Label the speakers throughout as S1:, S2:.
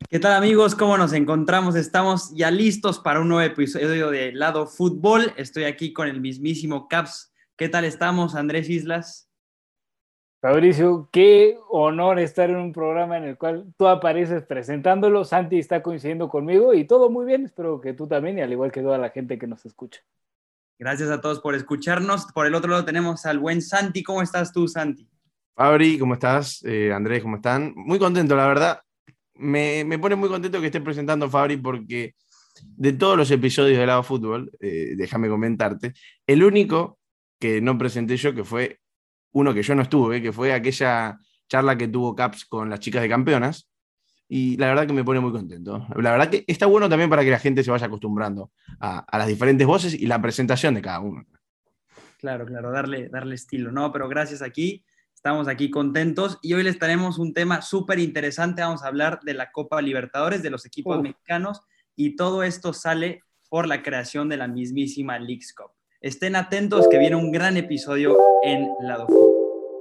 S1: ¿Qué tal, amigos? ¿Cómo nos encontramos? Estamos ya listos para un nuevo episodio de Lado Fútbol. Estoy aquí con el mismísimo Caps. ¿Qué tal estamos, Andrés Islas?
S2: Fabricio, qué honor estar en un programa en el cual tú apareces presentándolo. Santi está coincidiendo conmigo y todo muy bien. Espero que tú también, y al igual que toda la gente que nos escucha.
S1: Gracias a todos por escucharnos. Por el otro lado tenemos al buen Santi. ¿Cómo estás tú, Santi?
S3: Fabri, ¿cómo estás? Andrés, ¿cómo están? Muy contento, la verdad. Me pone muy contento que esté presentando Fabri porque de todos los episodios de Lado Fútbol, déjame comentarte, el único que no presenté yo, que fue uno que yo no estuve, que fue aquella charla que tuvo Caps con las chicas de Campeonas, y la verdad que me pone muy contento. La verdad que está bueno también para que la gente se vaya acostumbrando a las diferentes voces y la presentación de cada uno.
S1: Claro, claro, darle estilo, ¿no? Pero gracias aquí. Estamos aquí contentos y hoy les traemos un tema súper interesante. Vamos a hablar de la Copa Libertadores, de los equipos
S2: Uf.
S1: mexicanos, y todo esto sale por la creación de la mismísima Leagues Cup. Estén atentos que viene un gran episodio en Lado Fútbol.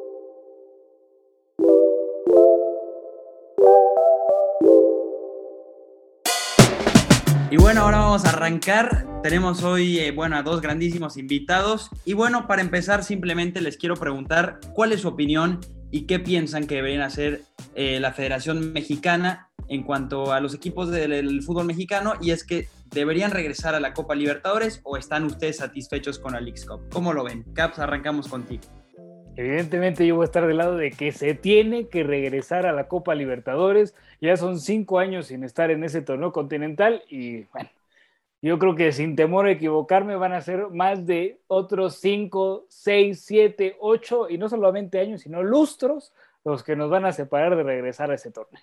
S1: Y bueno, ahora vamos a arrancar. Tenemos hoy, a dos grandísimos invitados. Y bueno, para empezar, simplemente les quiero preguntar cuál es su opinión y qué piensan que deberían hacer la Federación Mexicana en cuanto a los equipos del fútbol mexicano. Y es que deberían regresar a la Copa Libertadores o están ustedes satisfechos con la Leagues Cup. ¿Cómo lo ven? Caps, arrancamos contigo.
S2: Evidentemente yo voy a estar del lado de que se tiene que regresar a la Copa Libertadores. Ya son 5 años sin estar en ese torneo continental y bueno, yo creo que sin temor a equivocarme van a ser más de otros 5, 6, 7, 8 y no solamente años, sino lustros los que nos van a separar de regresar a ese torneo.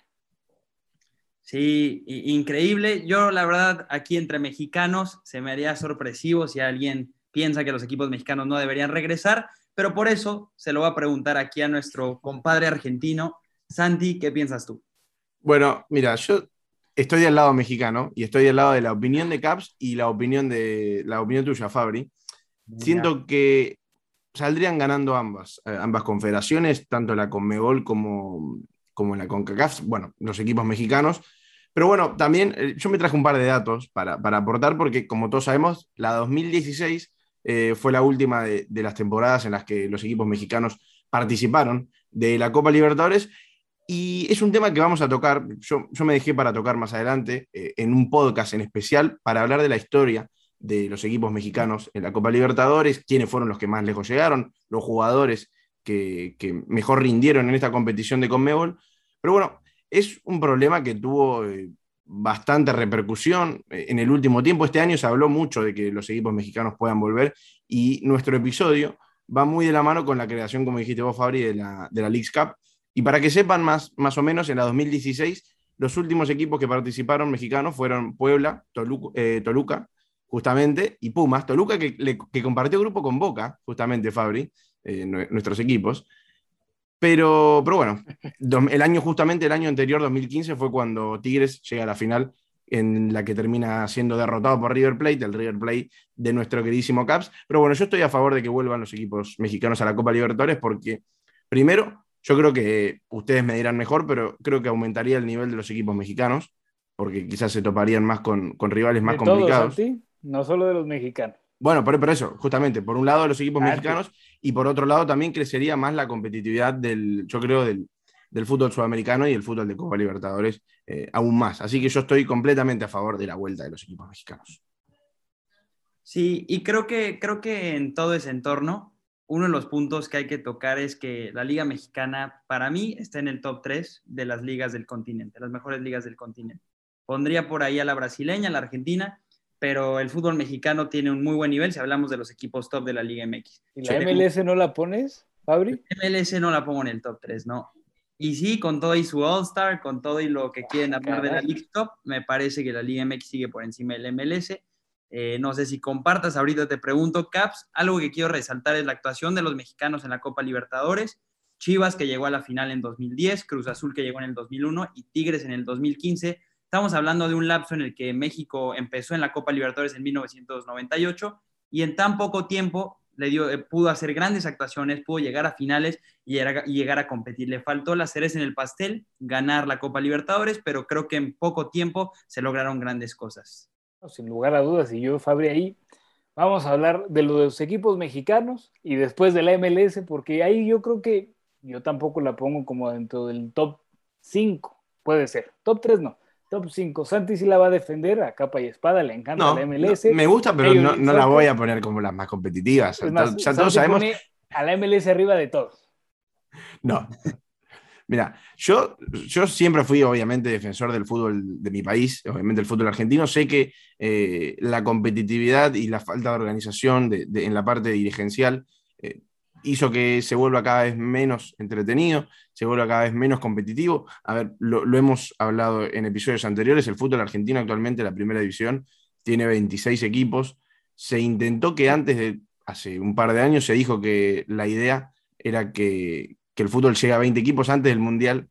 S1: Sí, increíble. Yo, la verdad, aquí entre mexicanos se me haría sorpresivo si alguien piensa que los equipos mexicanos no deberían regresar, pero por eso se lo voy a preguntar aquí a nuestro compadre argentino. Santi, ¿qué piensas tú?
S3: Bueno, mira, yo estoy del lado mexicano y estoy del lado de la opinión de Caps y la opinión tuya, Fabri.
S1: Ya.
S3: Siento que saldrían ganando ambas confederaciones, tanto la Conmebol como la CONCACAF, bueno, los equipos mexicanos. Pero bueno, también yo me traje un par de datos para aportar, porque como todos sabemos, la 2016 fue la última de las temporadas en las que los equipos mexicanos participaron de la Copa Libertadores. Y es un tema que vamos a tocar, yo me dejé para tocar más adelante, en un podcast en especial, para hablar de la historia de los equipos mexicanos en la Copa Libertadores, quiénes fueron los que más lejos llegaron, los jugadores que mejor rindieron en esta competición de Conmebol. Pero bueno, es un problema que tuvo bastante repercusión en el último tiempo. Este año se habló mucho de que los equipos mexicanos puedan volver y nuestro episodio va muy de la mano con la creación, como dijiste vos, Fabri, de la Leagues Cup. Y para que sepan más o menos, en la 2016, los últimos equipos que participaron mexicanos fueron Puebla, Toluca, justamente, y Pumas. Toluca que compartió grupo con Boca, justamente, Fabri, nuestros equipos. Pero bueno, justamente el año anterior, 2015, fue cuando Tigres llega a la final, en la que termina siendo derrotado por River Plate, el River Plate de nuestro queridísimo Caps. Pero bueno, yo estoy a favor de que vuelvan los equipos mexicanos a la Copa Libertadores porque, primero, yo creo que ustedes me dirán mejor, pero creo que aumentaría el nivel de los equipos mexicanos, porque quizás se toparían más con rivales más
S2: De todos,
S3: complicados.
S2: Santi, no solo de los mexicanos.
S3: Bueno, por eso, justamente, por un lado de los equipos
S2: Santi.
S3: mexicanos y por otro lado también crecería más la competitividad yo creo, del fútbol sudamericano y el fútbol de Copa Libertadores aún más. Así que yo estoy completamente a favor de la vuelta de los equipos mexicanos.
S1: Sí, y creo que en todo ese entorno, uno de los puntos que hay que tocar es que la Liga Mexicana, para mí, está en el top 3 de las ligas del continente, las mejores ligas del continente. Pondría por ahí a la brasileña, a la argentina, pero el fútbol mexicano tiene un muy buen nivel si hablamos de los equipos top de la Liga MX.
S2: ¿Y la
S3: Sí.
S2: MLS no la pones, Fabri?
S1: MLS no la pongo en el top 3, ¿no? Y sí, con todo y su All-Star, con todo y lo que quieren hablar de la
S2: Caray.
S1: League Cup, me parece que la Liga MX sigue por encima del MLS. No sé si compartas, ahorita te pregunto, Caps, algo que quiero resaltar es la actuación de los mexicanos en la Copa Libertadores, Chivas que llegó a la final en 2010, Cruz Azul que llegó en el 2001 y Tigres en el 2015. Estamos hablando de un lapso en el que México empezó en la Copa Libertadores en 1998 y en tan poco tiempo pudo hacer grandes actuaciones, pudo llegar a finales y llegar a competir. Le faltó la cereza en el pastel, ganar la Copa Libertadores, pero creo que en poco tiempo se lograron grandes cosas.
S2: Sin lugar a dudas, y yo, Fabri, ahí vamos a hablar de los equipos mexicanos y después de la MLS, porque ahí yo creo que yo tampoco la pongo como dentro del top 5, puede ser. Top 3 no, top 5. Santi sí la va a defender a capa y espada, le encanta la
S3: No,
S2: MLS.
S3: me gusta, pero
S2: Major League
S3: no la
S2: Soccer.
S3: voy a poner como las más competitivas.
S2: Es más,
S3: Ya todos
S2: Santi
S3: sabemos.
S2: pone a la MLS arriba de todos.
S3: No. Mira, yo siempre fui obviamente defensor del fútbol de mi país, obviamente el fútbol argentino. Sé que la competitividad y la falta de organización en la parte dirigencial hizo que se vuelva cada vez menos entretenido, se vuelva cada vez menos competitivo. A ver, lo hemos hablado en episodios anteriores, el fútbol argentino actualmente, la primera división, tiene 26 equipos. Se intentó que hace un par de años, se dijo que la idea era que el fútbol llegue a 20 equipos antes del Mundial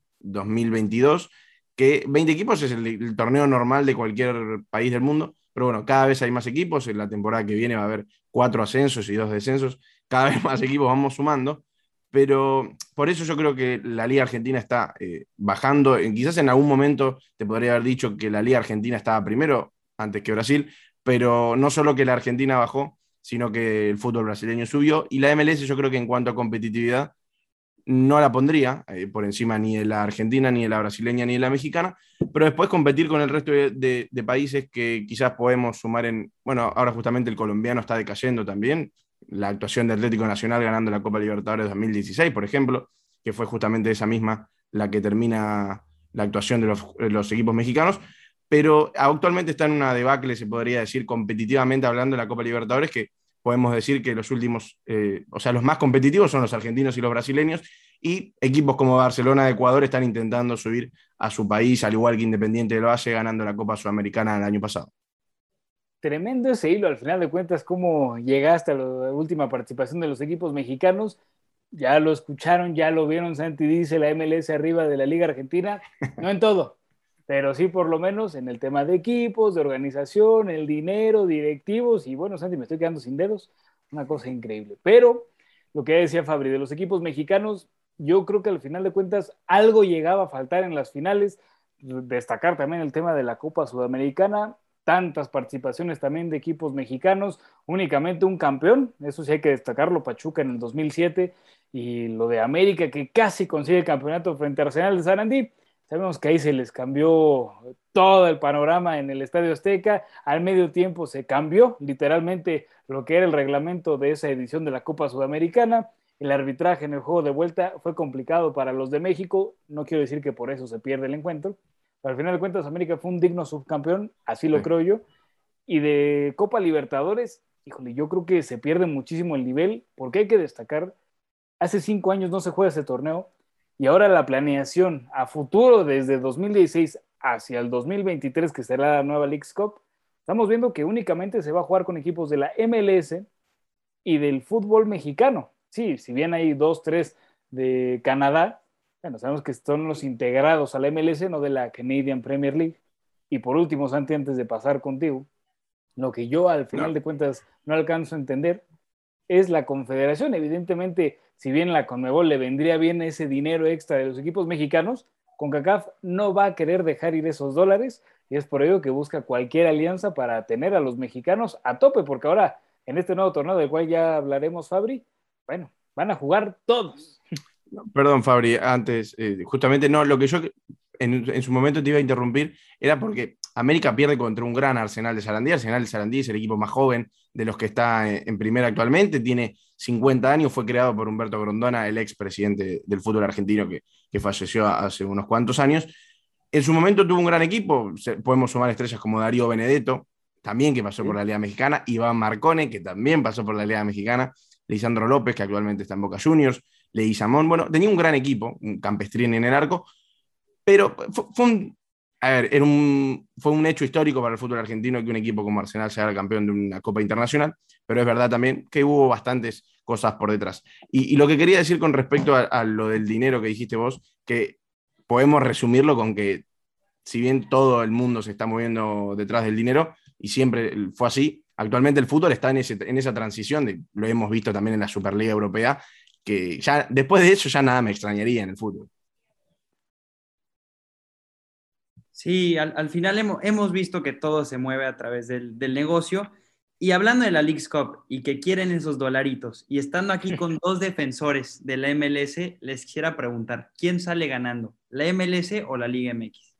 S3: 2022, que 20 equipos es el torneo normal de cualquier país del mundo, pero bueno, cada vez hay más equipos. En la temporada que viene va a haber 4 ascensos y 2 descensos, cada vez más equipos vamos sumando, pero por eso yo creo que la Liga Argentina está bajando. Quizás en algún momento te podría haber dicho que la Liga Argentina estaba primero antes que Brasil, pero no solo que la Argentina bajó, sino que el fútbol brasileño subió, y la MLS yo creo que en cuanto a competitividad no la pondría por encima ni de la argentina, ni de la brasileña, ni de la mexicana, pero después competir con el resto de países que quizás podemos sumar bueno, ahora justamente el colombiano está decayendo también, la actuación de Atlético Nacional ganando la Copa Libertadores 2016, por ejemplo, que fue justamente esa misma la que termina la actuación de los equipos mexicanos, pero actualmente está en una debacle, se podría decir, competitivamente hablando, de la Copa Libertadores, que podemos decir que los últimos, o sea, los más competitivos son los argentinos y los brasileños, y equipos como Barcelona de Ecuador están intentando subir a su país, al igual que Independiente lo hace, ganando la Copa Sudamericana el año pasado.
S2: Tremendo ese hilo, al final de cuentas, cómo llegaste a la última participación de los equipos mexicanos. Ya lo escucharon, ya lo vieron. Santi dice la MLS arriba de la Liga Argentina, no en todo, pero sí por lo menos en el tema de equipos, de organización, el dinero, directivos, y bueno, Santi, me estoy quedando sin dedos, una cosa increíble. Pero lo que decía Fabri, de los equipos mexicanos, yo creo que al final de cuentas algo llegaba a faltar en las finales. Destacar también el tema de la Copa Sudamericana, tantas participaciones también de equipos mexicanos, únicamente un campeón, eso sí hay que destacarlo, Pachuca en el 2007, y lo de América, que casi consigue el campeonato frente a Arsenal de Sarandí. Sabemos que ahí se les cambió todo el panorama en el Estadio Azteca. Al medio tiempo se cambió literalmente lo que era el reglamento de esa edición de la Copa Sudamericana. El arbitraje en el juego de vuelta fue complicado para los de México. No quiero decir que por eso se pierde el encuentro, pero al final de cuentas América fue un digno subcampeón, así lo creo yo. Y de Copa Libertadores, híjole, yo creo que se pierde muchísimo el nivel, porque hay que destacar, hace 5 años no se juega ese torneo, y ahora la planeación a futuro desde 2016 hacia el 2023, que será la nueva Leagues Cup, estamos viendo que únicamente se va a jugar con equipos de la MLS y del fútbol mexicano. Sí, si bien hay 2, 3 de Canadá, bueno, sabemos que son los integrados a la MLS, no de la Canadian Premier League. Y por último, Santi, antes de pasar contigo, lo que yo al final de cuentas no alcanzo a entender es la confederación. Evidentemente, si bien la Conmebol le vendría bien ese dinero extra de los equipos mexicanos, CONCACAF no va a querer dejar ir esos dólares, y es por ello que busca cualquier alianza para tener a los mexicanos a tope, porque ahora, en este nuevo torneo del cual ya hablaremos, Fabri, bueno, van a jugar todos.
S3: Perdón, Fabri, antes, justamente no, lo que yo en su momento te iba a interrumpir era porque América pierde contra un gran Arsenal de Sarandí. Arsenal de Sarandí es el equipo más joven de los que está en primera actualmente, tiene 50 años, fue creado por Humberto Grondona, el expresidente del fútbol argentino que falleció hace unos cuantos años. En su momento tuvo un gran equipo, podemos sumar estrellas como Darío Benedetto, también que pasó por la Liga Mexicana, Iván Marcone, que también pasó por la Liga Mexicana, Lisandro López, que actualmente está en Boca Juniors, Leguizamón. Bueno, tenía un gran equipo, un Campestrini en el arco, pero fue un hecho histórico para el fútbol argentino que un equipo como Arsenal sea el campeón de una Copa Internacional, pero es verdad también que hubo bastantes cosas por detrás. Y lo que quería decir con respecto a lo del dinero que dijiste vos, que podemos resumirlo con que si bien todo el mundo se está moviendo detrás del dinero, y siempre fue así, Actualmente el fútbol está en esa transición, lo hemos visto también en la Superliga Europea, que ya después de eso ya nada me extrañaría en el fútbol.
S1: Sí, al final hemos visto que todo se mueve a través del negocio. Y hablando de la Leagues Cup y que quieren esos dolaritos, y estando aquí con dos defensores de la MLS, les quisiera preguntar, ¿quién sale ganando? ¿La MLS o la Liga MX?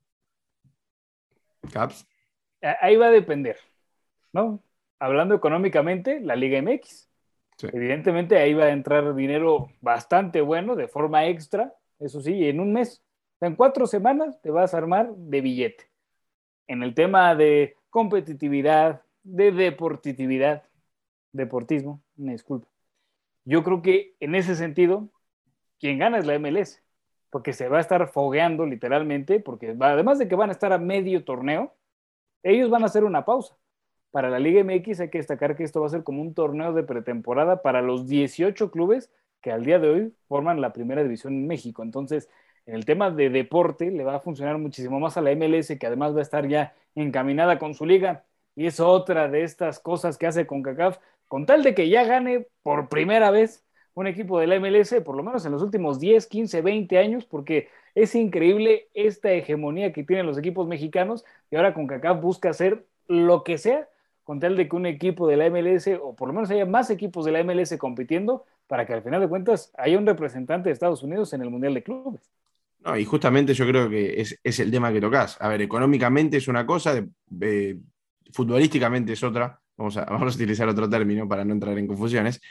S3: Caps.
S2: Ahí va a depender, ¿no? Hablando económicamente, la Liga MX.
S3: Sí.
S2: Evidentemente ahí va a entrar dinero bastante bueno de forma extra, eso sí, en un mes. En 4 semanas te vas a armar de billete. En el tema de competitividad, de deportismo, me disculpo. Yo creo que en ese sentido, quien gana es la MLS, porque se va a estar fogueando literalmente, porque además de que van a estar a medio torneo, ellos van a hacer una pausa. Para la Liga MX hay que destacar que esto va a ser como un torneo de pretemporada para los 18 clubes que al día de hoy forman la primera división en México. Entonces, en el tema de deporte le va a funcionar muchísimo más a la MLS, que además va a estar ya encaminada con su liga. Y es otra de estas cosas que hace CONCACAF, con tal de que ya gane por primera vez un equipo de la MLS, por lo menos en los últimos 10, 15, 20 años, porque es increíble esta hegemonía que tienen los equipos mexicanos y ahora CONCACAF busca hacer lo que sea con tal de que un equipo de la MLS, o por lo menos haya más equipos de la MLS compitiendo, para que al final de cuentas haya un representante de Estados Unidos en el Mundial de Clubes.
S3: No, y justamente yo creo que es el tema que tocás. A ver, económicamente es una cosa, futbolísticamente es otra. Vamos a utilizar otro término para no entrar en confusiones.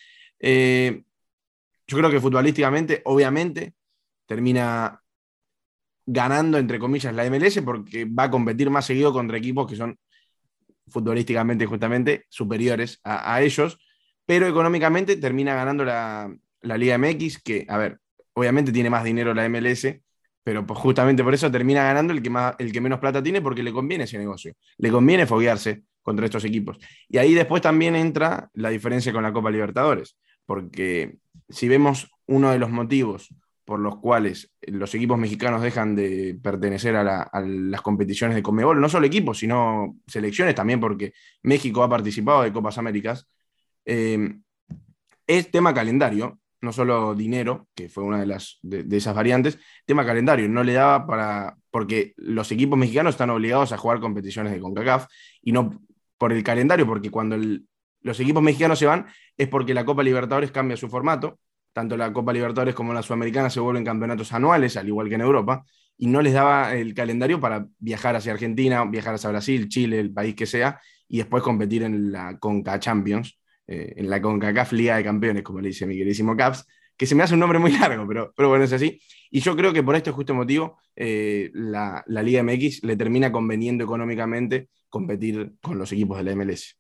S3: Yo creo que futbolísticamente, obviamente, termina ganando, entre comillas, la MLS porque va a competir más seguido contra equipos que son futbolísticamente justamente superiores a ellos, pero económicamente termina ganando la Liga MX, que, a ver, obviamente tiene más dinero la MLS, pero pues justamente por eso termina ganando el que menos plata tiene porque le conviene ese negocio, le conviene foguearse contra estos equipos. Y ahí después también entra la diferencia con la Copa Libertadores, porque si vemos uno de los motivos por los cuales los equipos mexicanos dejan de pertenecer a las competiciones de Conmebol, no solo equipos, sino selecciones también, porque México ha participado de Copas Américas, es tema calendario, no solo dinero, que fue una de esas variantes, tema calendario, no le daba porque los equipos mexicanos están obligados a jugar competiciones de CONCACAF, y no por el calendario, porque cuando los equipos mexicanos se van, es porque la Copa Libertadores cambia su formato, tanto la Copa Libertadores como la Sudamericana se vuelven campeonatos anuales, al igual que en Europa, y no les daba el calendario para viajar hacia Argentina, viajar hacia Brasil, Chile, el país que sea, y después competir en la Conca Champions, en la CONCACAF Liga de Campeones, como le dice mi queridísimo Caps, que se me hace un nombre muy largo, pero bueno, es así. Y yo creo que por este justo motivo, la Liga MX le termina conveniendo económicamente competir con los equipos de la MLS.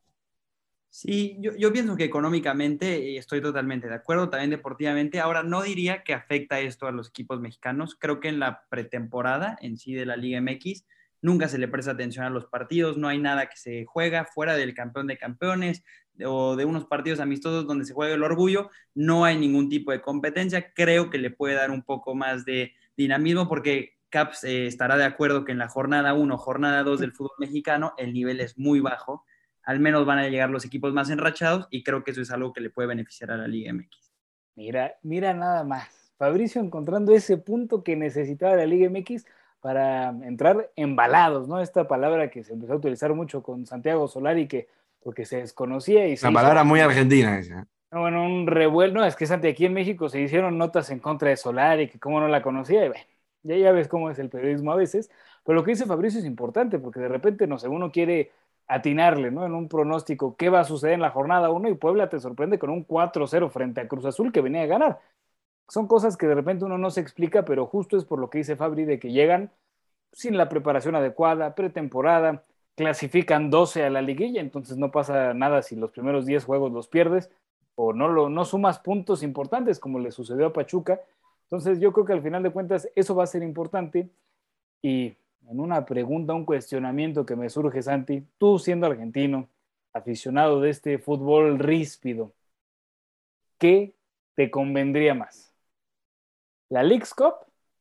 S1: Sí, yo pienso que económicamente estoy totalmente de acuerdo, también deportivamente. Ahora, no diría que afecta esto a los equipos mexicanos. Creo que en la pretemporada en sí de la Liga MX nunca se le presta atención a los partidos, no hay nada que se juega fuera del campeón de campeones o de unos partidos amistosos donde se juega el orgullo, no hay ningún tipo de competencia. Creo que le puede dar un poco más de dinamismo porque Caps estará de acuerdo que en la jornada 1, jornada 2 del fútbol mexicano el nivel es muy bajo, al menos van a llegar los equipos más enrachados y creo que eso es algo que le puede beneficiar a la Liga MX.
S2: Mira nada más. Fabricio encontrando ese punto que necesitaba la Liga MX para entrar embalados, ¿no? Esta palabra que se empezó a utilizar mucho con Santiago Solari, que porque se desconocía y se
S3: Una
S2: hizo,
S3: palabra muy argentina esa.
S2: bueno, un revuelo. No, es que Santi, aquí en México se hicieron notas en contra de Solari, que cómo no la conocía, y bueno, ya ves cómo es el periodismo a veces, pero lo que dice Fabricio es importante, porque de repente, no sé, uno quiere atinarle, ¿no? En un pronóstico, ¿qué va a suceder en la jornada 1? Y Puebla te sorprende con un 4-0 frente a Cruz Azul que venía a ganar. Son cosas que de repente uno no se explica, pero justo es por lo que dice Fabri, de que llegan sin la preparación adecuada, pretemporada, clasifican 12 a la liguilla, entonces no pasa nada si los primeros 10 juegos los pierdes o no sumas puntos importantes como le sucedió a Pachuca. Entonces yo creo que al final de cuentas eso va a ser importante. Y en una pregunta, un cuestionamiento que me surge, Santi, tú siendo argentino, aficionado de este fútbol ríspido, ¿qué te convendría más? ¿La Leagues Cup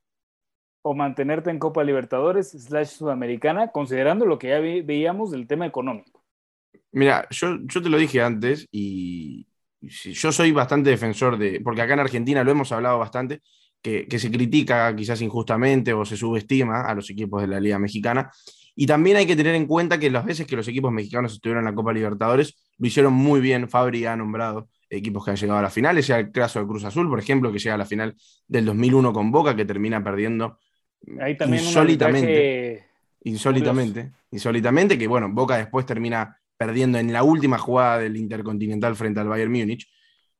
S2: o mantenerte en Copa Libertadores / Sudamericana, considerando lo que ya veíamos del tema económico?
S3: Mira, yo te lo dije antes y sí, yo soy bastante defensor porque acá en Argentina lo hemos hablado bastante, que se critica quizás injustamente o se subestima a los equipos de la Liga Mexicana. Y también hay que tener en cuenta que las veces que los equipos mexicanos estuvieron en la Copa Libertadores lo hicieron muy bien. Fabri ha nombrado equipos que han llegado a las finales, sea el caso de Cruz Azul, por ejemplo, que llega a la final del 2001 con Boca, que termina perdiendo
S2: Hay también un
S3: insólitamente.
S2: arbitraje curioso.
S3: Insólitamente, que bueno, Boca después termina perdiendo en la última jugada del Intercontinental frente al Bayern Múnich.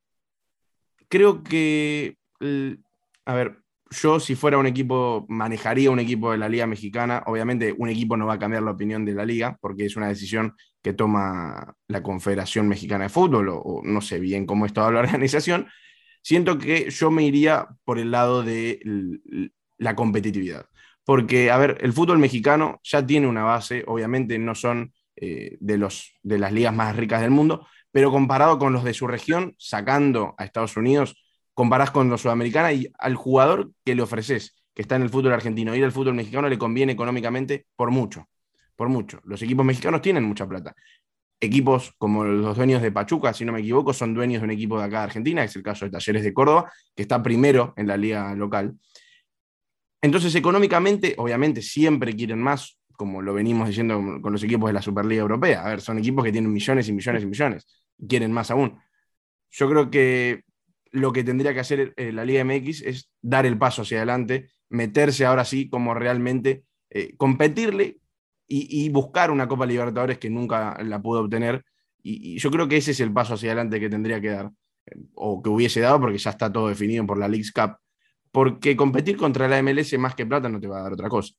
S3: Creo que, a ver, yo si fuera un equipo, manejaría un equipo de la Liga Mexicana. Obviamente un equipo no va a cambiar la opinión de la liga, porque es una decisión que toma la Confederación Mexicana de Fútbol, o no sé bien cómo está la organización. Siento que yo me iría por el lado de la competitividad. Porque, a ver, el fútbol mexicano ya tiene una base, obviamente no son de las ligas más ricas del mundo, pero comparado con los de su región, sacando a Estados Unidos, comparás con los sudamericanos y al jugador que le ofreces, que está en el fútbol argentino, ir al fútbol mexicano le conviene económicamente por mucho, por mucho. Los equipos mexicanos tienen mucha plata. Equipos como los dueños de Pachuca, si no me equivoco, son dueños de un equipo de acá de Argentina, es el caso de Talleres de Córdoba, que está primero en la liga local. Entonces, económicamente, obviamente, siempre quieren más, como lo venimos diciendo con los equipos de la Superliga Europea. A ver, son equipos que tienen millones y millones y millones, y quieren más aún. Yo creo que lo que tendría que hacer la Liga MX es dar el paso hacia adelante, meterse ahora sí como realmente, competirle y buscar una Copa Libertadores que nunca la pudo obtener. Y yo creo que ese es el paso hacia adelante que tendría que dar, o que hubiese dado, porque ya está todo definido por la Leagues Cup. Porque competir contra la MLS más que plata no te va a dar otra cosa.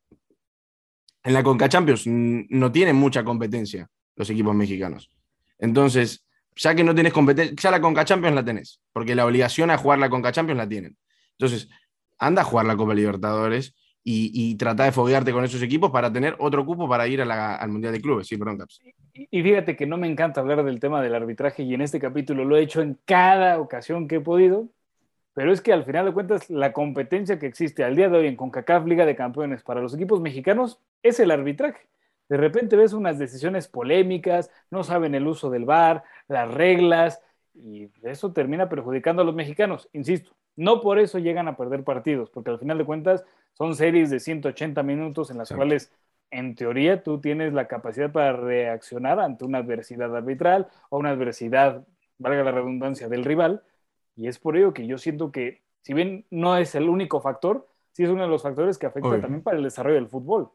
S3: En la Conca Champions no tienen mucha competencia los equipos mexicanos. Entonces, ya que no tenés competencia, ya la Conca Champions la tenés, porque la obligación a jugar la Conca Champions la tienen. Entonces, anda a jugar la Copa Libertadores y trata de foguearte con esos equipos para tener otro cupo para ir al Mundial de Clubes. Sí, perdón, Caps.
S2: Y fíjate que no me encanta hablar del tema del arbitraje y en este capítulo lo he hecho en cada ocasión que he podido, pero es que al final de cuentas la competencia que existe al día de hoy en CONCACAF Liga de Campeones para los equipos mexicanos es el arbitraje. De repente ves unas decisiones polémicas, no saben el uso del VAR, las reglas, y eso termina perjudicando a los mexicanos. Insisto, no por eso llegan a perder partidos, porque al final de cuentas son series de 180 minutos en las
S3: Exacto.
S2: cuales, en teoría, tú tienes la capacidad para reaccionar ante una adversidad arbitral o una adversidad, valga la redundancia, del rival, y es por ello que yo siento que, si bien no es el único factor, sí es uno de los factores que afecta
S3: Obvio.
S2: también para el desarrollo del fútbol.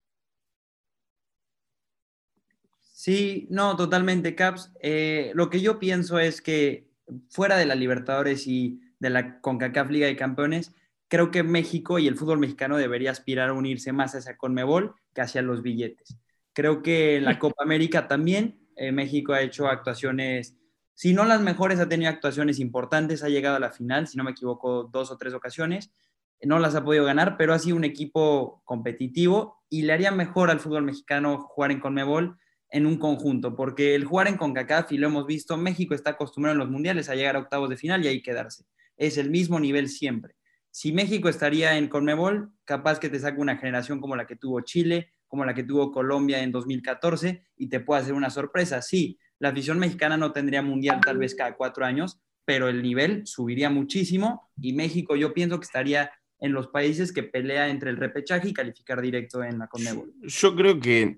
S1: Sí, no, totalmente, Caps. Lo que yo pienso es que fuera de la Libertadores y de la CONCACAF Liga de Campeones, creo que México y el fútbol mexicano debería aspirar a unirse más hacia Conmebol que hacia los billetes. Creo que en la Copa América también México ha hecho actuaciones, si no las mejores, ha tenido actuaciones importantes, ha llegado a la final, si no me equivoco, 2 o 3 ocasiones. No las ha podido ganar, pero ha sido un equipo competitivo y le haría mejor al fútbol mexicano jugar en Conmebol en un conjunto, porque el jugar en CONCACAF, y lo hemos visto, México está acostumbrado en los mundiales a llegar a octavos de final y ahí quedarse. Es el mismo nivel siempre. Si México estaría en Conmebol, capaz que te saca una generación como la que tuvo Chile, como la que tuvo Colombia en 2014 y te puede hacer una sorpresa. Sí, la afición mexicana no tendría mundial tal vez cada 4 años, pero el nivel subiría muchísimo y México yo pienso que estaría en los países que pelea entre el repechaje y calificar directo en la Conmebol.
S3: Yo creo que,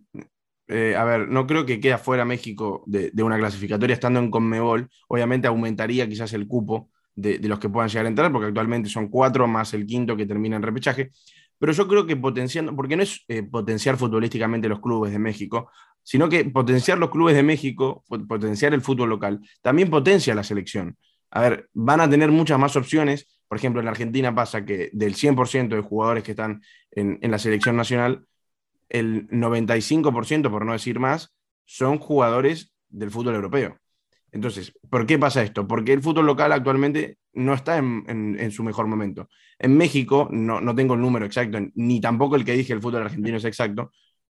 S3: a ver, no creo que quede fuera México de una clasificatoria estando en Conmebol. Obviamente aumentaría quizás el cupo de los que puedan llegar a entrar, porque actualmente son 4 más el quinto que termina en repechaje. Pero yo creo que potenciando, porque no es potenciar futbolísticamente los clubes de México, sino que potenciar los clubes de México, potenciar el fútbol local, también potencia la selección. A ver, van a tener muchas más opciones. Por ejemplo, en Argentina pasa que del 100% de jugadores que están en la selección nacional, el 95%, por no decir más, son jugadores del fútbol europeo. Entonces, ¿por qué pasa esto? Porque el fútbol local actualmente no está en su mejor momento. En México, no tengo el número exacto, ni tampoco el que dije el fútbol argentino es exacto,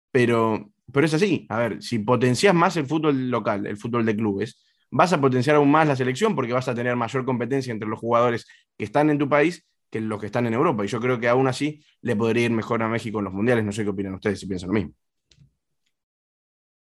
S3: pero es así. A ver, si potencias más el fútbol local, el fútbol de clubes, vas a potenciar aún más la selección porque vas a tener mayor competencia entre los jugadores que están en tu país que los que están en Europa. Y yo creo que aún así le podría ir mejor a México en los mundiales. No sé qué opinan ustedes, si piensan lo mismo.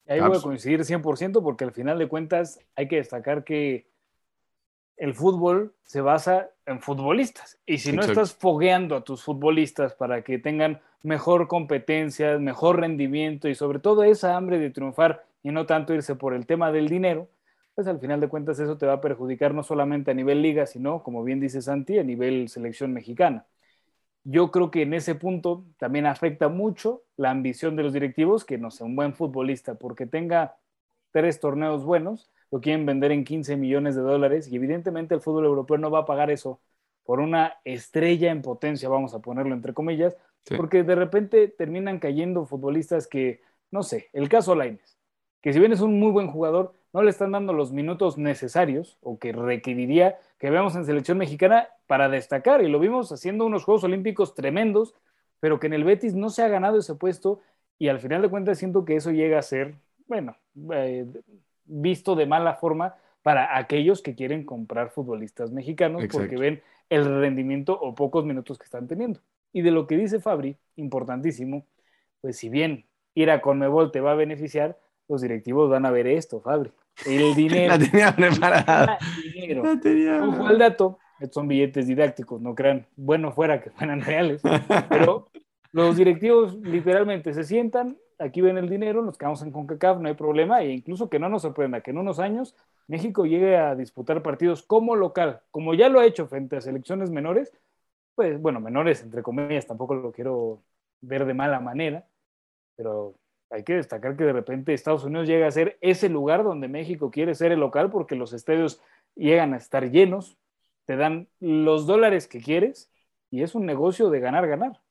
S2: Ahí voy a coincidir 100% porque al final de cuentas hay que destacar que el fútbol se basa en futbolistas. Y si no
S3: Exacto.
S2: estás fogueando a tus futbolistas para que tengan mejor competencia, mejor rendimiento y sobre todo esa hambre de triunfar y no tanto irse por el tema del dinero, pues al final de cuentas eso te va a perjudicar no solamente a nivel liga, sino, como bien dice Santi, a nivel selección mexicana. Yo creo que en ese punto también afecta mucho la ambición de los directivos, que no sea un buen futbolista porque tenga 3 torneos buenos, lo quieren vender en 15 millones de dólares y evidentemente el fútbol europeo no va a pagar eso por una estrella en potencia, vamos a ponerlo entre comillas,
S3: Sí.
S2: porque de repente terminan cayendo futbolistas que, no sé, el caso Lainez, que si bien es un muy buen jugador, no le están dando los minutos necesarios o que requeriría que veamos en selección mexicana para destacar, y lo vimos haciendo unos Juegos Olímpicos tremendos, pero que en el Betis no se ha ganado ese puesto y al final de cuentas siento que eso llega a ser, bueno, visto de mala forma para aquellos que quieren comprar futbolistas mexicanos porque
S3: Exacto.
S2: ven el rendimiento o pocos minutos que están teniendo. Y de lo que dice Fabri, importantísimo, pues si bien ir a Conmebol te va a beneficiar, los directivos van a ver esto, Fabri. El
S3: La
S2: dinero.
S3: tenía preparada.
S2: Dinero.
S3: La tenía.
S2: Ojo al dato, estos son billetes didácticos, no crean, bueno fuera que fueran reales, pero los directivos literalmente se sientan, aquí ven el dinero, nos quedamos en CONCACAF, no hay problema, e incluso que no nos sorprenda que en unos años México llegue a disputar partidos como local, como ya lo ha hecho frente a selecciones menores, pues bueno, menores entre comillas, tampoco lo quiero ver de mala manera, pero hay que destacar que de repente Estados Unidos llega a ser ese lugar donde México quiere ser el local porque los estadios llegan a estar llenos, te dan los dólares que quieres y es un negocio de ganar, ganar.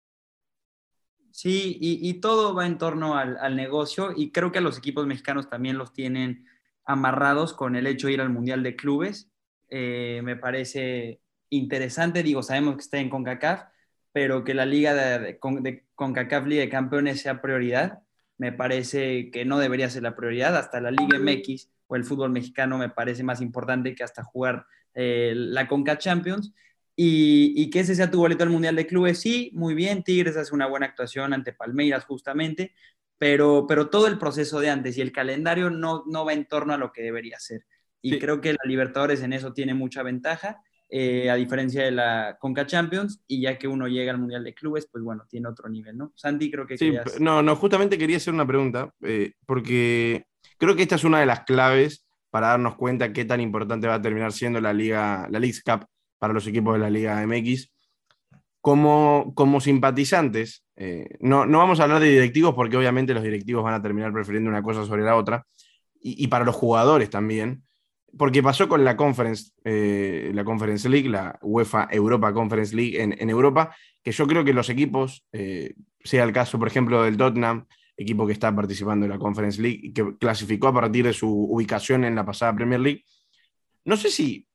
S1: Sí, y todo va en torno al negocio y creo que a los equipos mexicanos también los tienen amarrados con el hecho de ir al Mundial de Clubes. Me parece interesante, digo, sabemos que está en CONCACAF, pero que la liga de CONCACAF Liga de Campeones sea prioridad, me parece que no debería ser la prioridad. Hasta la Liga MX o el fútbol mexicano me parece más importante que hasta jugar la CONCA Champions. Y que ese sea tu boleto al Mundial de Clubes, sí, muy bien, Tigres hace una buena actuación ante Palmeiras justamente, pero todo el proceso de antes y el calendario no va en torno a lo que debería ser. Y
S3: Sí,
S1: creo que la Libertadores en eso tiene mucha ventaja, a diferencia de la Conca Champions, y ya que uno llega al Mundial de Clubes, pues bueno, tiene otro nivel, ¿no? Santi, creo que
S3: sí,
S1: querías...
S3: no, no, justamente quería hacer una pregunta, porque creo que esta es una de las claves para darnos cuenta qué tan importante va a terminar siendo la Leagues Cup para los equipos de la Liga MX. Como simpatizantes, no vamos a hablar de directivos porque obviamente los directivos van a terminar prefiriendo una cosa sobre la otra, y para los jugadores también, porque pasó con la Conference League, la UEFA Europa Conference League en Europa, que yo creo que los equipos, sea el caso, por ejemplo, del Tottenham, equipo que está participando en la Conference League y que clasificó a partir de su ubicación en la pasada Premier League, no sé si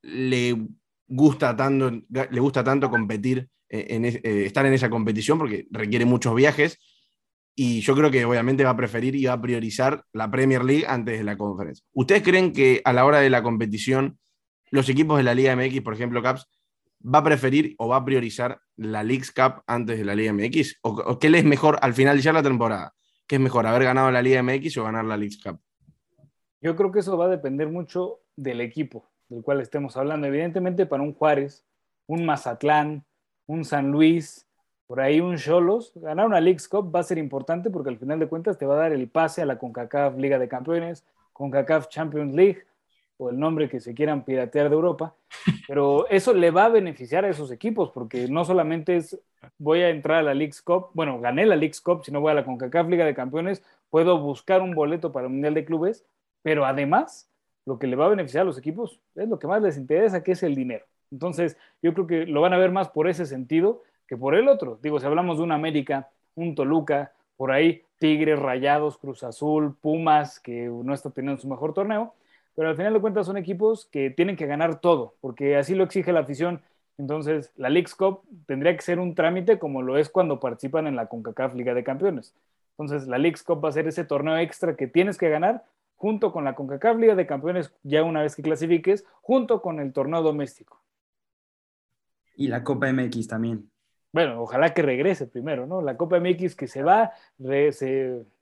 S3: le gusta tanto competir, estar en esa competición porque requiere muchos viajes y yo creo que obviamente va a preferir y va a priorizar la Premier League antes de la Conference. ¿Ustedes creen que a la hora de la competición los equipos de la Liga MX, por ejemplo, Caps, va a preferir o va a priorizar la Leagues Cup antes de la Liga MX? ¿O qué les es mejor al finalizar la temporada? ¿Qué es mejor, haber ganado la Liga MX o ganar la Leagues Cup?
S2: Yo creo que eso va a depender mucho del equipo del cual estemos hablando. Evidentemente para un Juárez, un Mazatlán, un San Luis, por ahí un Xolos, ganar una Leagues Cup va a ser importante porque al final de cuentas te va a dar el pase a la CONCACAF Liga de Campeones, CONCACAF Champions League o el nombre que se quieran piratear de Europa, pero eso le va a beneficiar a esos equipos porque no solamente es voy a entrar a la Leagues Cup, bueno, gané la Leagues Cup, si no voy a la CONCACAF Liga de Campeones, puedo buscar un boleto para el Mundial de Clubes, pero además lo que le va a beneficiar a los equipos es lo que más les interesa, que es el dinero. Entonces, yo creo que lo van a ver más por ese sentido que por el otro. Digo, si hablamos de un América, un Toluca, por ahí Tigres, Rayados, Cruz Azul, Pumas, que no está teniendo su mejor torneo, pero al final de cuentas son equipos que tienen que ganar todo, porque así lo exige la afición. Entonces, la Leagues Cup tendría que ser un trámite como lo es cuando participan en la CONCACAF Liga de Campeones. Entonces, la Leagues Cup va a ser ese torneo extra que tienes que ganar junto con la CONCACAF Liga de Campeones, ya una vez que clasifiques, junto con el torneo doméstico.
S1: Y la Copa MX también.
S2: Bueno, ojalá que regrese primero, ¿no? La Copa MX que se va,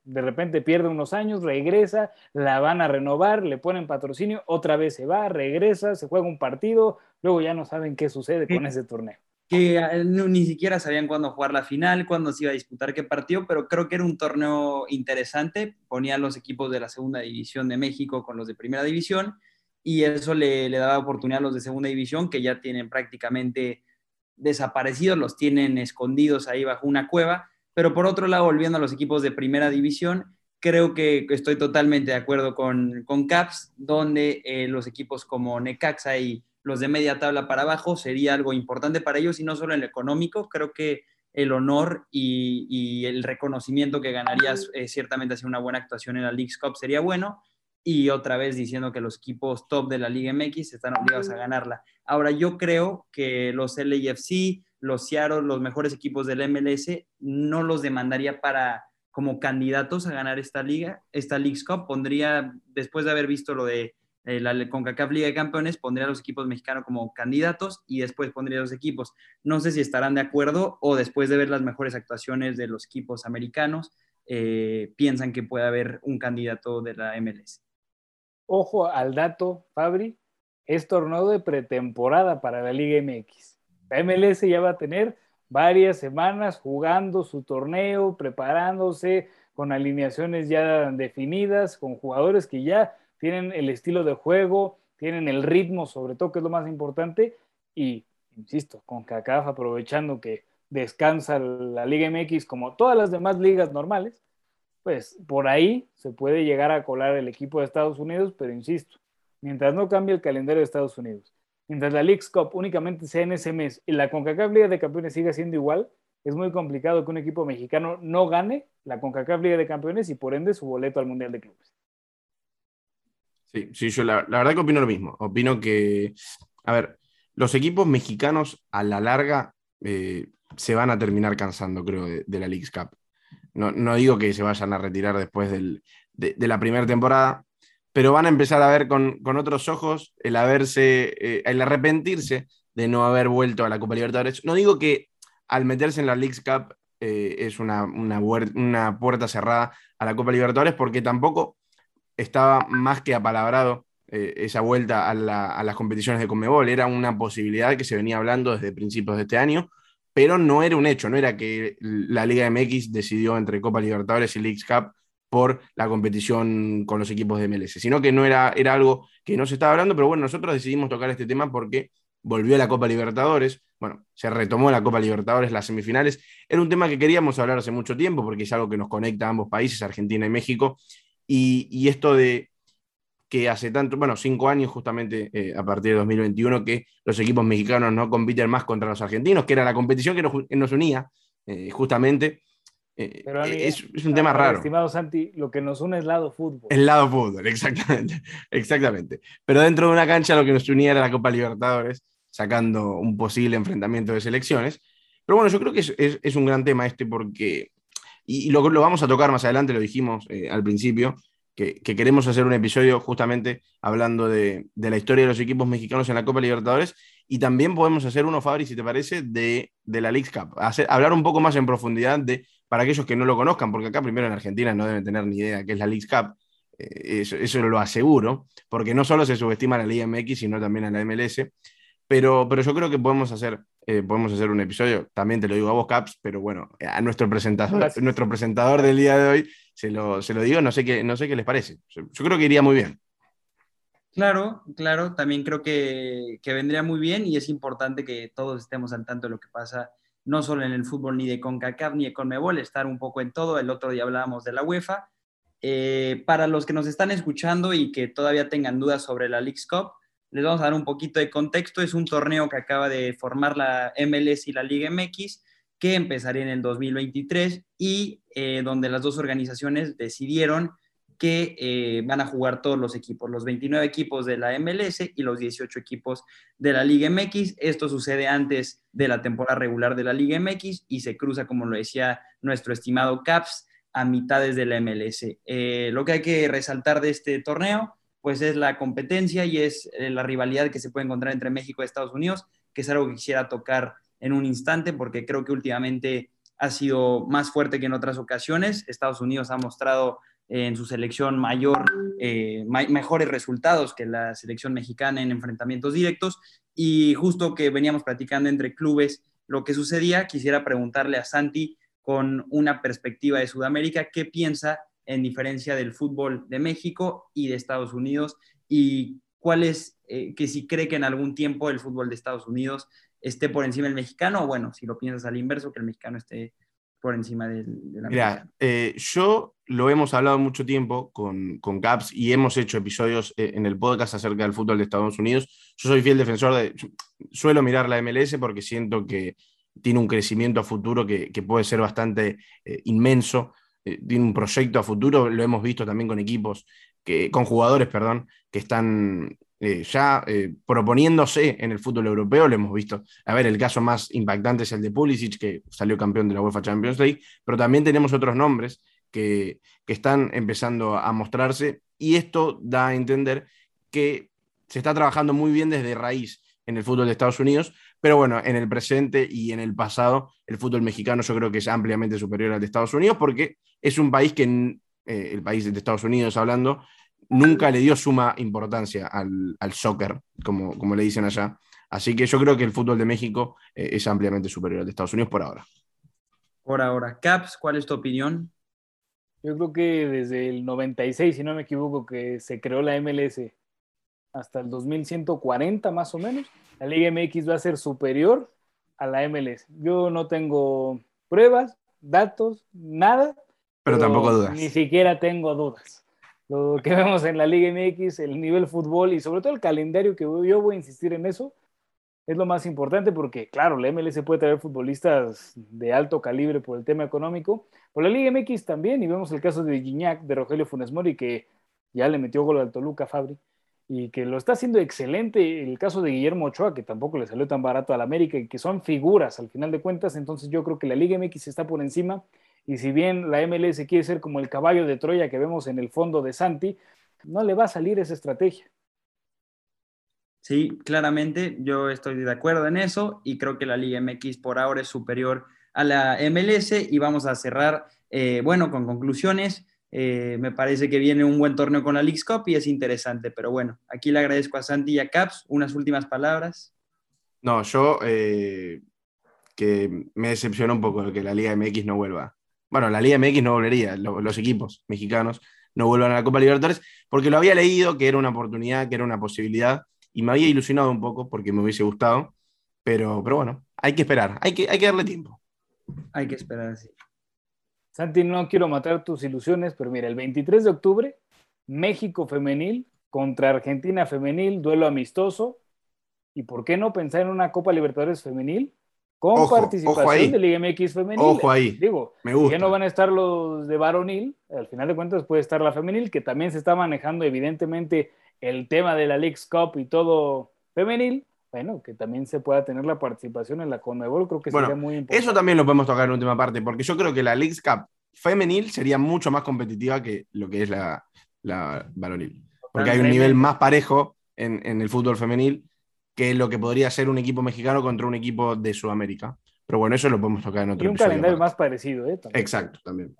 S2: de repente pierde unos años, regresa, la van a renovar, le ponen patrocinio, otra vez se va, regresa, se juega un partido, luego ya no saben qué sucede con ese torneo.
S1: Que ni siquiera sabían cuándo jugar la final, cuándo se iba a disputar qué partido, pero creo que era un torneo interesante. Ponían los equipos de la segunda división de México con los de primera división y eso le daba oportunidad a los de segunda división que ya tienen prácticamente desaparecidos, los tienen escondidos ahí bajo una cueva. Pero por otro lado, volviendo a los equipos de primera división, creo que estoy totalmente de acuerdo con Caps, donde los equipos como Necaxa y los de media tabla para abajo sería algo importante para ellos y no solo en lo económico, creo que el honor y el reconocimiento que ganarías ciertamente hacer una buena actuación en la Leagues Cup sería bueno y otra vez diciendo que los equipos top de la Liga MX están obligados a ganarla. Ahora yo creo que los LAFC, los Seattle, los mejores equipos del MLS no los demandaría para como candidatos a ganar esta liga, esta Leagues Cup, pondría, después de haber visto lo de la CONCACAF Liga de Campeones, pondría a los equipos mexicanos como candidatos y después pondría a los equipos. No sé si estarán de acuerdo o después de ver las mejores actuaciones de los equipos americanos, piensan que puede haber un candidato de la MLS.
S2: Ojo al dato, Fabri, es torneo de pretemporada para la Liga MX. La MLS ya va a tener varias semanas jugando su torneo, preparándose con alineaciones ya definidas, con jugadores que ya tienen el estilo de juego, tienen el ritmo, sobre todo, que es lo más importante, y, insisto, CONCACAF aprovechando que descansa la Liga MX como todas las demás ligas normales, pues por ahí se puede llegar a colar el equipo de Estados Unidos, pero insisto, mientras no cambie el calendario de Estados Unidos, mientras la Leagues Cup únicamente sea en ese mes y la CONCACAF Liga de Campeones siga siendo igual, es muy complicado que un equipo mexicano no gane la CONCACAF Liga de Campeones y por ende su boleto al Mundial de Clubes.
S3: Sí, yo la verdad que opino lo mismo. Opino que, a ver, los equipos mexicanos a la larga se van a terminar cansando, creo, de la Leagues Cup. No digo que se vayan a retirar después de la primera temporada, pero van a empezar a ver con otros ojos el arrepentirse de no haber vuelto a la Copa Libertadores. No digo que al meterse en la Leagues Cup es una puerta cerrada a la Copa Libertadores, porque tampoco estaba más que apalabrado esa vuelta a las competiciones de Conmebol. Era una posibilidad que se venía hablando desde principios de este año, pero no era un hecho, no era que la Liga MX decidió entre Copa Libertadores y Leagues Cup por la competición con los equipos de MLS, sino que no era algo que no se estaba hablando, pero bueno, nosotros decidimos tocar este tema porque volvió la Copa Libertadores, bueno, se retomó la Copa Libertadores, las semifinales, era un tema que queríamos hablar hace mucho tiempo porque es algo que nos conecta a ambos países, Argentina y México, y esto de que hace tanto, bueno, 5 años justamente a partir de 2021 que los equipos mexicanos no compiten más contra los argentinos, que era la competición que nos unía justamente.
S2: Pero
S3: es un tema raro.
S2: Estimado Santi, lo que nos une es lado fútbol.
S3: El lado fútbol, exactamente, exactamente. Pero dentro de una cancha lo que nos unía era la Copa Libertadores, sacando un posible enfrentamiento de selecciones. Pero bueno, yo creo que es un gran tema este porque, y lo vamos a tocar más adelante, lo dijimos al principio, que queremos hacer un episodio justamente hablando de la historia de los equipos mexicanos en la Copa Libertadores y también podemos hacer uno, Fabri, si te parece, de la Leagues Cup. Hablar un poco más en profundidad para aquellos que no lo conozcan, porque acá primero en Argentina no deben tener ni idea qué es la Leagues Cup, eso lo aseguro, porque no solo se subestima a la Liga MX, sino también a la MLS, pero yo creo que podemos hacer un episodio, también te lo digo a vos, Caps, pero bueno, a nuestro presentador del día de hoy se lo digo, no sé qué les parece. Yo creo que iría muy bien.
S1: Claro, también creo que vendría muy bien y es importante que todos estemos al tanto de lo que pasa, no solo en el fútbol ni de CONCACAF ni de CONMEBOL, estar un poco en todo. El otro día hablábamos de la UEFA. Para los que nos están escuchando y que todavía tengan dudas sobre la Leagues Cup, les vamos a dar un poquito de contexto. Es un torneo que acaba de formar la MLS y la Liga MX, que empezaría en el 2023 y donde las dos organizaciones decidieron que van a jugar todos los equipos, los 29 equipos de la MLS y los 18 equipos de la Liga MX. Esto sucede antes de la temporada regular de la Liga MX y se cruza, como lo decía nuestro estimado Caps, a mitades de la MLS. Lo que hay que resaltar de este torneo, pues es la competencia y es la rivalidad que se puede encontrar entre México y Estados Unidos, que es algo que quisiera tocar en un instante, porque creo que últimamente ha sido más fuerte que en otras ocasiones. Estados Unidos ha mostrado en su selección mejores resultados que la selección mexicana en enfrentamientos directos, y justo que veníamos platicando entre clubes lo que sucedía, quisiera preguntarle a Santi, con una perspectiva de Sudamérica, ¿qué piensa en diferencia del fútbol de México y de Estados Unidos? Y cuál es, que si cree que en algún tiempo el fútbol de Estados Unidos esté por encima del mexicano, o bueno, si lo piensas al inverso, que el mexicano esté por encima del americano.
S3: Mira, yo lo hemos hablado mucho tiempo con Caps y hemos hecho episodios en el podcast acerca del fútbol de Estados Unidos. Yo soy fiel defensor suelo mirar la MLS porque siento que tiene un crecimiento a futuro que puede ser bastante inmenso. Tiene un proyecto a futuro, lo hemos visto también con equipos, con jugadores, perdón, que están ya proponiéndose en el fútbol europeo. Lo hemos visto. A ver, el caso más impactante es el de Pulisic, que salió campeón de la UEFA Champions League, pero también tenemos otros nombres que están empezando a mostrarse, y esto da a entender que se está trabajando muy bien desde raíz en el fútbol de Estados Unidos, pero bueno, en el presente y en el pasado, el fútbol mexicano yo creo que es ampliamente superior al de Estados Unidos, porque es un país que, el país de Estados Unidos hablando, nunca le dio suma importancia al soccer, como le dicen allá. Así que yo creo que el fútbol de México es ampliamente superior al de Estados Unidos por ahora.
S1: Por ahora. Caps, ¿cuál es tu opinión?
S2: Yo creo que desde el 96, si no me equivoco, que se creó la MLS, hasta el 2140 más o menos, la Liga MX va a ser superior a la MLS. Yo no tengo pruebas, datos, nada,
S3: pero tampoco dudas.
S2: Ni siquiera tengo dudas. Lo que vemos en la Liga MX, el nivel fútbol y sobre todo el calendario, que yo voy a insistir en eso, es lo más importante, porque claro, la MLS puede traer futbolistas de alto calibre por el tema económico, pero la Liga MX también, y vemos el caso de Gignac, de Rogelio Funes Mori, que ya le metió gol al Toluca, Fabri, y que lo está haciendo excelente. El caso de Guillermo Ochoa, que tampoco le salió tan barato al América, y que son figuras al final de cuentas. Entonces yo creo que la Liga MX está por encima, y si bien la MLS quiere ser como el caballo de Troya que vemos en el fondo de Santi, no le va a salir esa estrategia.
S1: Sí, claramente yo estoy de acuerdo en eso, y creo que la Liga MX por ahora es superior a la MLS, y vamos a cerrar, con conclusiones. Me parece que viene un buen torneo con la Leagues Cup y es interesante, pero bueno, aquí le agradezco a Santi y a Caps. Unas últimas palabras.
S3: No, yo que me decepciona un poco que la Liga MX no vuelva. Bueno, la Liga MX no volvería, los equipos mexicanos no vuelvan a la Copa Libertadores, porque lo había leído que era una oportunidad, que era una posibilidad, y me había ilusionado un poco porque me hubiese gustado, pero bueno, hay que esperar, hay que darle tiempo.
S1: Hay que esperar, sí.
S2: Santi, no quiero matar tus ilusiones, pero mira, el 23 de octubre, México femenil contra Argentina femenil, duelo amistoso, y ¿por qué no pensar en una Copa Libertadores femenil con participación de Liga MX femenil?
S3: Ojo ahí,
S2: digo,
S3: me gusta.
S2: Ya no van a estar los de varonil, al final de cuentas puede estar la femenil, que también se está manejando evidentemente el tema de la Leagues Cup y todo femenil. Bueno, que también se pueda tener la participación en la CONMEBOL, creo que sería muy importante.
S3: Eso también lo podemos tocar en última parte, porque yo creo que la Leagues Cup femenil sería mucho más competitiva que lo que es la varonil. Porque hay un nivel más parejo en el fútbol femenil que lo que podría ser un equipo mexicano contra un equipo de Sudamérica. Pero bueno, eso lo podemos tocar en otro episodio.
S2: Y un calendario más parecido, ¿eh?
S3: También. Exacto, también.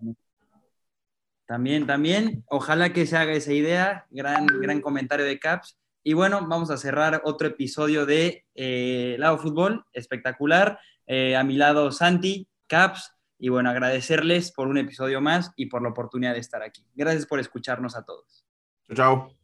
S1: También. Ojalá que se haga esa idea. Gran comentario de Caps. Y bueno, vamos a cerrar otro episodio de Lado Fútbol, espectacular. A mi lado Santi, Caps, y bueno, agradecerles por un episodio más y por la oportunidad de estar aquí. Gracias por escucharnos a todos.
S3: Chao.